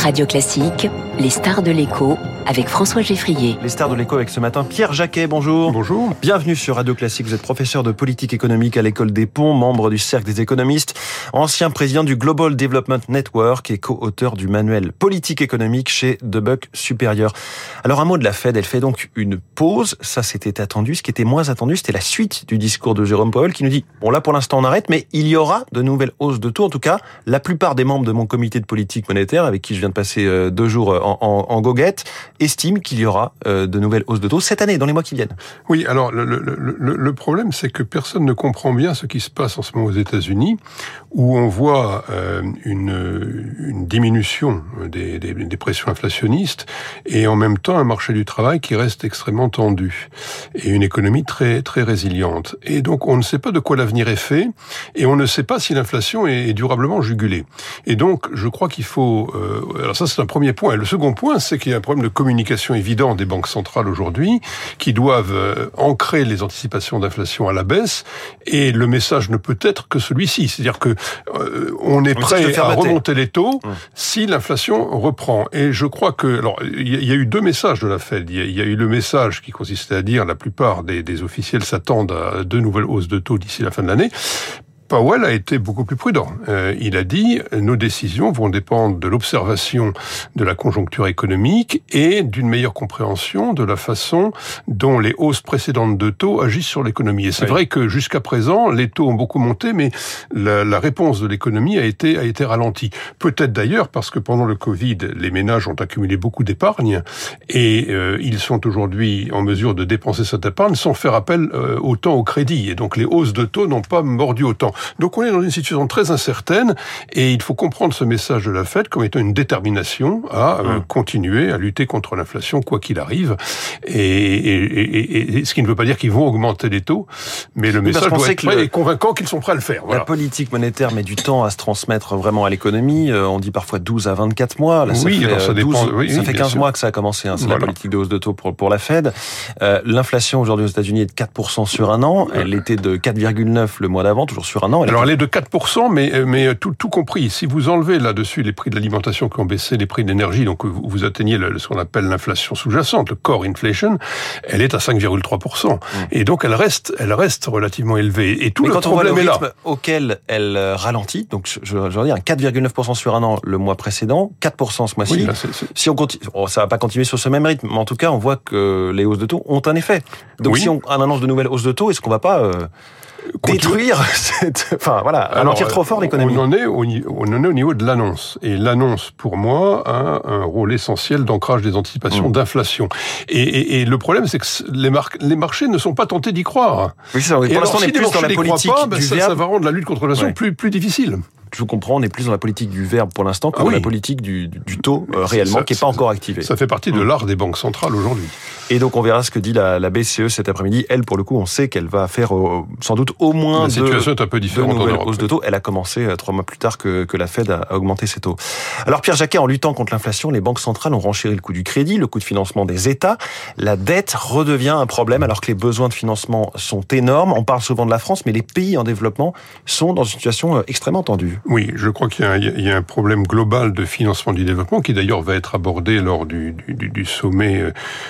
Radio Classique, les stars de l'écho, avec François Geffrier. Les stars de l'écho avec ce matin, Pierre Jacquet, bonjour. Bonjour. Bienvenue sur Radio Classique, vous êtes professeur de politique économique à l'École des Ponts, membre du Cercle des économistes, ancien président du Global Development Network et co-auteur du manuel Politique économique chez Debuck Supérieur. Alors un mot de la Fed, elle fait donc une pause, ça c'était attendu. Ce qui était moins attendu, c'était la suite du discours de Jérôme Powell qui nous dit, bon là pour l'instant on arrête, mais il y aura de nouvelles hausses de taux. En tout cas, la plupart des membres de mon comité de politique monétaire, avec qui je viens de passer 2 jours en goguette, estiment qu'il y aura de nouvelles hausses de taux cette année, dans les mois qui viennent. Oui, alors le problème, c'est que personne ne comprend bien ce qui se passe en ce moment aux États-Unis, où on voit une diminution des pressions inflationnistes et en même temps un marché du travail qui reste extrêmement tendu et une économie très très résiliente. Et donc on ne sait pas de quoi l'avenir est fait et on ne sait pas si l'inflation est durablement jugulée. Et donc je crois qu'il faut... alors ça c'est un premier point. Et le second point, c'est qu'il y a un problème de communication évident des banques centrales aujourd'hui qui doivent ancrer les anticipations d'inflation à la baisse et le message ne peut être que celui-ci. C'est-à-dire que on est prêt à remonter les taux si l'inflation reprend. Et je crois que... Alors, il y a eu 2 messages de la Fed. Il y a eu le message qui consistait à dire la plupart des officiels s'attendent à 2 nouvelles hausses de taux d'ici la fin de l'année. Powell a été beaucoup plus prudent. Il a dit « Nos décisions vont dépendre de l'observation de la conjoncture économique et d'une meilleure compréhension de la façon dont les hausses précédentes de taux agissent sur l'économie. » Et c'est vrai que jusqu'à présent, les taux ont beaucoup monté, mais la réponse de l'économie a été ralentie. Peut-être d'ailleurs parce que pendant le Covid, les ménages ont accumulé beaucoup d'épargne et ils sont aujourd'hui en mesure de dépenser cette épargne sans faire appel autant au crédit. Et donc les hausses de taux n'ont pas mordu autant. Donc on est dans une situation très incertaine et il faut comprendre ce message de la Fed comme étant une détermination à continuer à lutter contre l'inflation quoi qu'il arrive. Et ce qui ne veut pas dire qu'ils vont augmenter les taux, mais le message doit être prêt et convaincant qu'ils sont prêts à le faire. Voilà. La politique monétaire met du temps à se transmettre vraiment à l'économie. On dit parfois 12 à 24 mois. Là, ça fait 15 mois que ça a commencé. C'est la politique de hausse de taux pour la Fed. L'inflation aujourd'hui aux États-Unis est de 4% sur un an. Elle était de 4,9 le mois d'avant, toujours sur un an. Alors elle est de 4%, mais tout compris. Si vous enlevez là-dessus les prix de l'alimentation qui ont baissé, les prix de l'énergie, donc vous atteignez ce qu'on appelle l'inflation sous-jacente, le core inflation, elle est à 5,3%. Et donc elle reste relativement élevée. Et tout le problème est là. Rythme auquel elle ralentit, donc je veux dire 4,9% sur un an le mois précédent, 4% ce mois-ci. Oui, là, si on continue, ça va pas continuer sur ce même rythme, mais en tout cas on voit que les hausses de taux ont un effet. Donc si on annonce de nouvelles hausses de taux, est-ce qu'on va pas détruire ralentir trop fort l'économie? On en est au niveau de l'annonce. Et l'annonce, pour moi, a un rôle essentiel d'ancrage des anticipations d'inflation. Et le problème, c'est que les marchés ne sont pas tentés d'y croire. Oui, ça, pour l'instant, on est plus dans la politique du verbe. Ça va rendre la lutte contre l'inflation plus difficile. Je vous comprends, on est plus dans la politique du verbe pour l'instant que dans la politique du taux réellement, qui n'est pas encore activé. Ça fait partie de l'art des banques centrales aujourd'hui. Et donc on verra ce que dit la BCE cet après-midi. Elle, pour le coup, on sait qu'elle va faire sans doute au moins la situation est un peu différente de nouvelles hausses de taux. Elle a commencé 3 mois plus tard que la Fed a augmenté ses taux. Alors Pierre Jacquet, en luttant contre l'inflation, les banques centrales ont renchéri le coût du crédit, le coût de financement des États. La dette redevient un problème alors que les besoins de financement sont énormes. On parle souvent de la France, mais les pays en développement sont dans une situation extrêmement tendue. Oui, je crois qu'il y a un problème global de financement du développement qui d'ailleurs va être abordé lors du sommet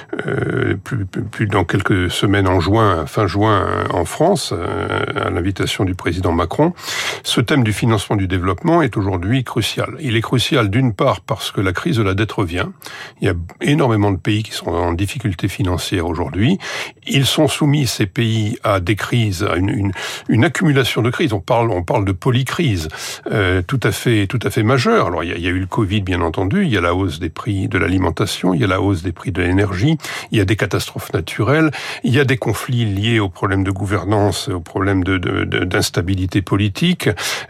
plus dans quelques semaines fin juin en France, à l'invitation du président Macron. Ce thème du financement du développement est aujourd'hui crucial. Il est crucial d'une part parce que la crise de la dette revient. Il y a énormément de pays qui sont en difficulté financière aujourd'hui. Ils sont soumis, ces pays, à des crises, à une accumulation de crises. On parle de polycrise. Tout à fait majeure. Alors, il y a eu le Covid, bien entendu. Il y a la hausse des prix de l'alimentation. Il y a la hausse des prix de l'énergie. Il y a des catastrophes naturelles. Il y a des conflits liés aux problèmes de gouvernance, aux problèmes d'instabilité politique.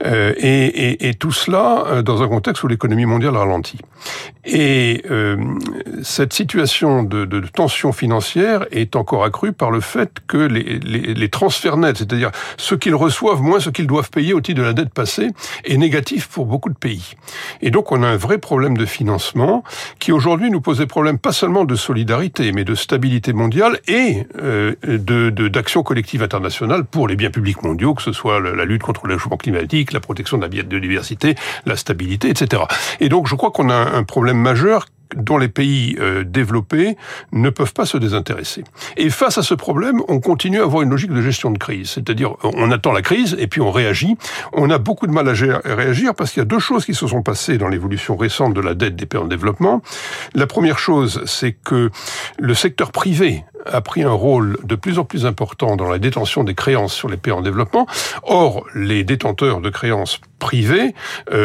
Et tout cela dans un contexte où l'économie mondiale ralentit. Et cette situation de tension financière est encore accrue par le fait que les transferts nets, c'est-à-dire ce qu'ils reçoivent moins ce qu'ils doivent payer au titre de la dette passée, est négatif pour beaucoup de pays. Et donc on a un vrai problème de financement qui aujourd'hui nous pose des problèmes pas seulement de solidarité, mais de stabilité mondiale et d'action collective internationale pour les biens publics mondiaux, que ce soit la lutte contre le réchauffement climatique, la protection de la biodiversité, la stabilité, etc. Et donc je crois qu'on a un problème majeur dont les pays développés ne peuvent pas se désintéresser. Et face à ce problème, on continue à avoir une logique de gestion de crise. C'est-à-dire, on attend la crise et puis on réagit. On a beaucoup de mal à réagir parce qu'il y a deux choses qui se sont passées dans l'évolution récente de la dette des pays en développement. La première chose, c'est que le secteur privé a pris un rôle de plus en plus important dans la détention des créances sur les pays en développement. Or, les détenteurs de créances privées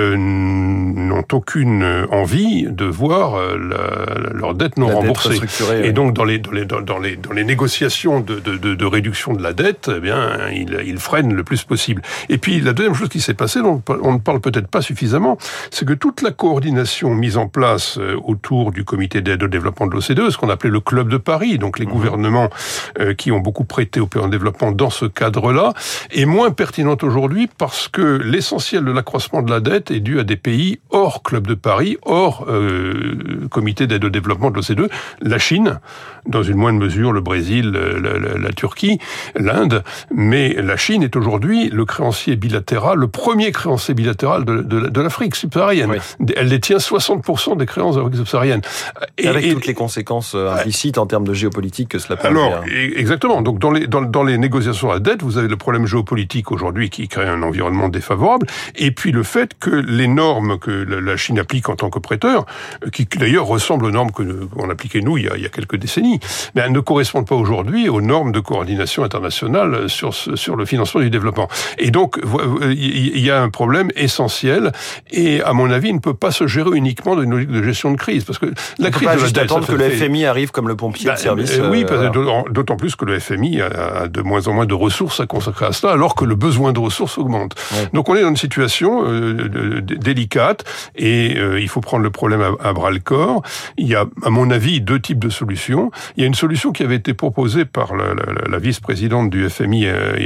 n'ont aucune envie de voir leur dette non remboursée. Et donc, dans les négociations de réduction de la dette, eh bien, ils freinent le plus possible. Et puis, la deuxième chose qui s'est passée, dont on ne parle peut-être pas suffisamment, c'est que toute la coordination mise en place autour du comité d'aide au développement de l'OCDE, ce qu'on appelait le Club de Paris, donc les gouvernements qui ont beaucoup prêté aux pays en développement dans ce cadre-là, est moins pertinente aujourd'hui parce que l'essentiel de l'accroissement de la dette est dû à des pays hors Club de Paris, hors comité d'aide au développement de l'OCDE, la Chine, dans une moindre mesure le Brésil, la Turquie, l'Inde, mais la Chine est aujourd'hui le créancier bilatéral, le premier créancier bilatéral de l'Afrique subsaharienne. Oui. Elle détient 60% des créances de l'Afrique subsaharienne. Avec toutes les conséquences implicites en termes de géopolitique que cela peut avoir. Exactement. Donc dans les négociations à la dette, vous avez le problème géopolitique aujourd'hui qui crée un environnement défavorable, et puis le fait que les normes que la Chine applique en tant que prêteur, qui d'ailleurs ressemblent aux normes qu'on appliquait nous il y a quelques décennies, mais elles ne correspondent pas aujourd'hui aux normes de coordination internationale sur le financement du développement. Et donc il y a un problème essentiel, et à mon avis, il ne peut pas se gérer uniquement dans une logique de gestion de crise, parce que la crise de la dette, attendre que le FMI arrive comme le pompier de service. Oui, d'autant plus que le FMI a de moins en moins de ressources à consacrer à cela, alors que le besoin de ressources augmente. Oui. Donc on est dans une situation délicate, et il faut prendre le problème à bras-le-corps. Il y a, à mon avis, deux types de solutions. Il y a une solution qui avait été proposée par la vice-présidente du FMI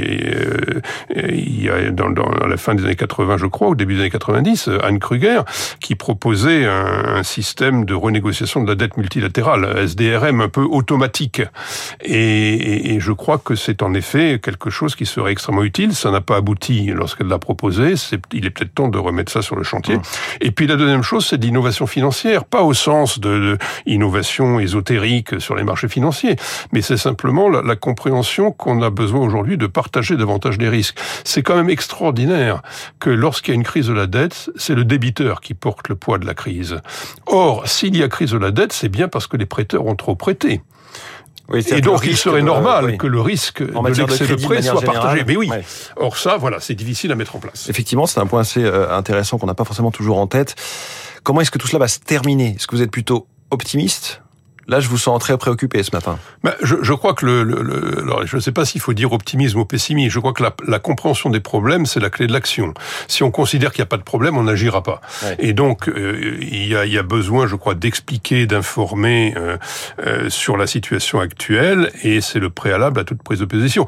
dans la fin des années 80, je crois, au début des années 90, Anne Kruger, qui proposait un système de renégociation de la dette multilatérale, SDRM, un peu automatique. Et je crois que c'est en effet quelque chose qui serait extrêmement utile. Ça n'a pas abouti lorsqu'elle l'a proposé. Il est peut-être temps de remettre ça sur le chantier. Et puis la deuxième chose, c'est de l'innovation financière, pas au sens de innovation ésotérique sur les marchés financiers, mais c'est simplement la compréhension qu'on a besoin aujourd'hui de partager davantage les risques. C'est quand même extraordinaire que lorsqu'il y a une crise de la dette, c'est le débiteur qui porte le poids de la crise. Or, s'il y a crise de la dette, c'est bien parce que les prêteurs ont trop prêté. Oui, et donc, il serait normal que le risque de l'excès de prêt soit partagé. Mais oui. Ouais. Or, ça, voilà, c'est difficile à mettre en place. Effectivement, c'est un point assez intéressant qu'on n'a pas forcément toujours en tête. Comment est-ce que tout cela va se terminer ? Est-ce que vous êtes plutôt optimiste ? Là, je vous sens très préoccupé ce matin. Je crois que alors, je ne sais pas s'il faut dire optimisme ou pessimisme. Je crois que la compréhension des problèmes, c'est la clé de l'action. Si on considère qu'il n'y a pas de problème, on n'agira pas. Ouais. Et donc, il y a besoin, je crois, d'expliquer, d'informer sur la situation actuelle, et c'est le préalable à toute prise de position.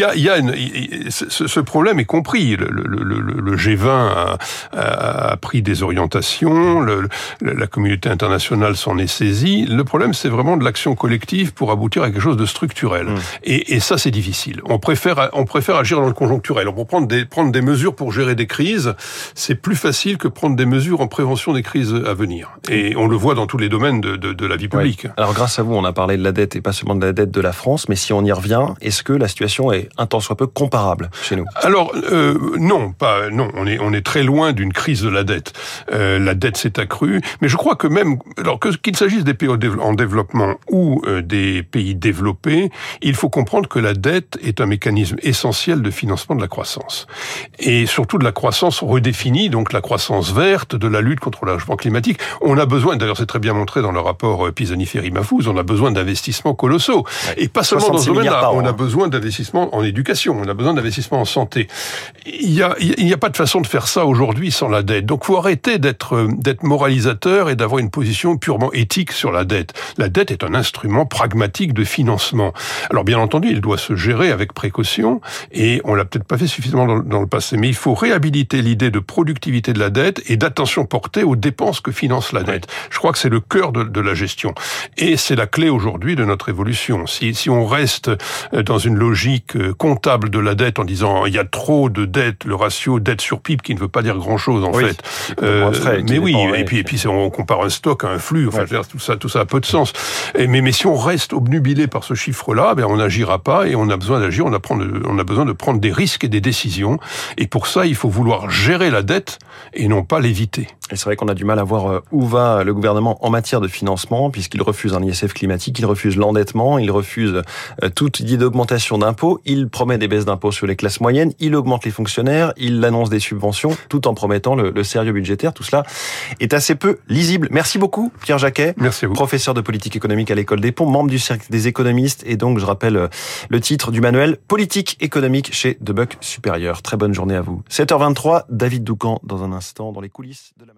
Ce problème est compris. Le G20 a pris des orientations. La communauté internationale s'en est saisie. Le problème, c'est vraiment de l'action collective pour aboutir à quelque chose de structurel. Et ça, c'est difficile. On préfère agir dans le conjoncturel. Pour prendre des mesures pour gérer des crises, c'est plus facile que prendre des mesures en prévention des crises à venir. Et on le voit dans tous les domaines de la vie publique. Oui. Alors, grâce à vous, on a parlé de la dette, et pas seulement de la dette de la France, mais si on y revient, est-ce que la situation est un tant soit peu comparable chez nous ? Alors, non. On est très loin d'une crise de la dette. La dette s'est accrue, mais je crois que même, alors qu'il s'agisse des pays en développement ou des pays développés, il faut comprendre que la dette est un mécanisme essentiel de financement de la croissance. Et surtout de la croissance redéfinie, donc la croissance verte, de la lutte contre le réchauffement climatique. On a besoin, d'ailleurs c'est très bien montré dans le rapport Pisani-Ferry-Mahfouz, on a besoin d'investissements colossaux. Ouais. Et pas seulement dans ce domaine-là, on a besoin d'investissements en éducation, on a besoin d'investissements en santé. Il y a pas de façon de faire ça aujourd'hui sans la dette. Donc il faut arrêter d'être moralisateur et d'avoir une position purement éthique sur la dette. La la dette est un instrument pragmatique de financement. Alors bien entendu, il doit se gérer avec précaution, et on l'a peut-être pas fait suffisamment dans le passé, mais il faut réhabiliter l'idée de productivité de la dette et d'attention portée aux dépenses que finance la dette. Je crois que c'est le cœur de la gestion. Et c'est la clé aujourd'hui de notre évolution. Si on reste dans une logique comptable de la dette en disant il y a trop de dette, le ratio dette sur PIB qui ne veut pas dire grand-chose en fait. Mais oui, et puis on compare un stock à un flux, enfin tout ça a peu de sens. Mais si on reste obnubilé par ce chiffre-là, on n'agira pas, et on a besoin d'agir, on a besoin de prendre des risques et des décisions, et pour ça il faut vouloir gérer la dette et non pas l'éviter. Et c'est vrai qu'on a du mal à voir où va le gouvernement en matière de financement, puisqu'il refuse un ISF climatique, il refuse l'endettement, il refuse toute idée d'augmentation d'impôts, il promet des baisses d'impôts sur les classes moyennes, il augmente les fonctionnaires, il annonce des subventions, tout en promettant le sérieux budgétaire. Tout cela est assez peu lisible. Merci beaucoup, Pierre Jacquet. Merci à vous. Professeur de politique économique à l'École des Ponts, membre du Cercle des économistes, et donc, je rappelle le titre du manuel Politique économique chez De Buck Supérieur. Très bonne journée à vous. 7h23, David Doucan, dans un instant, dans les coulisses de la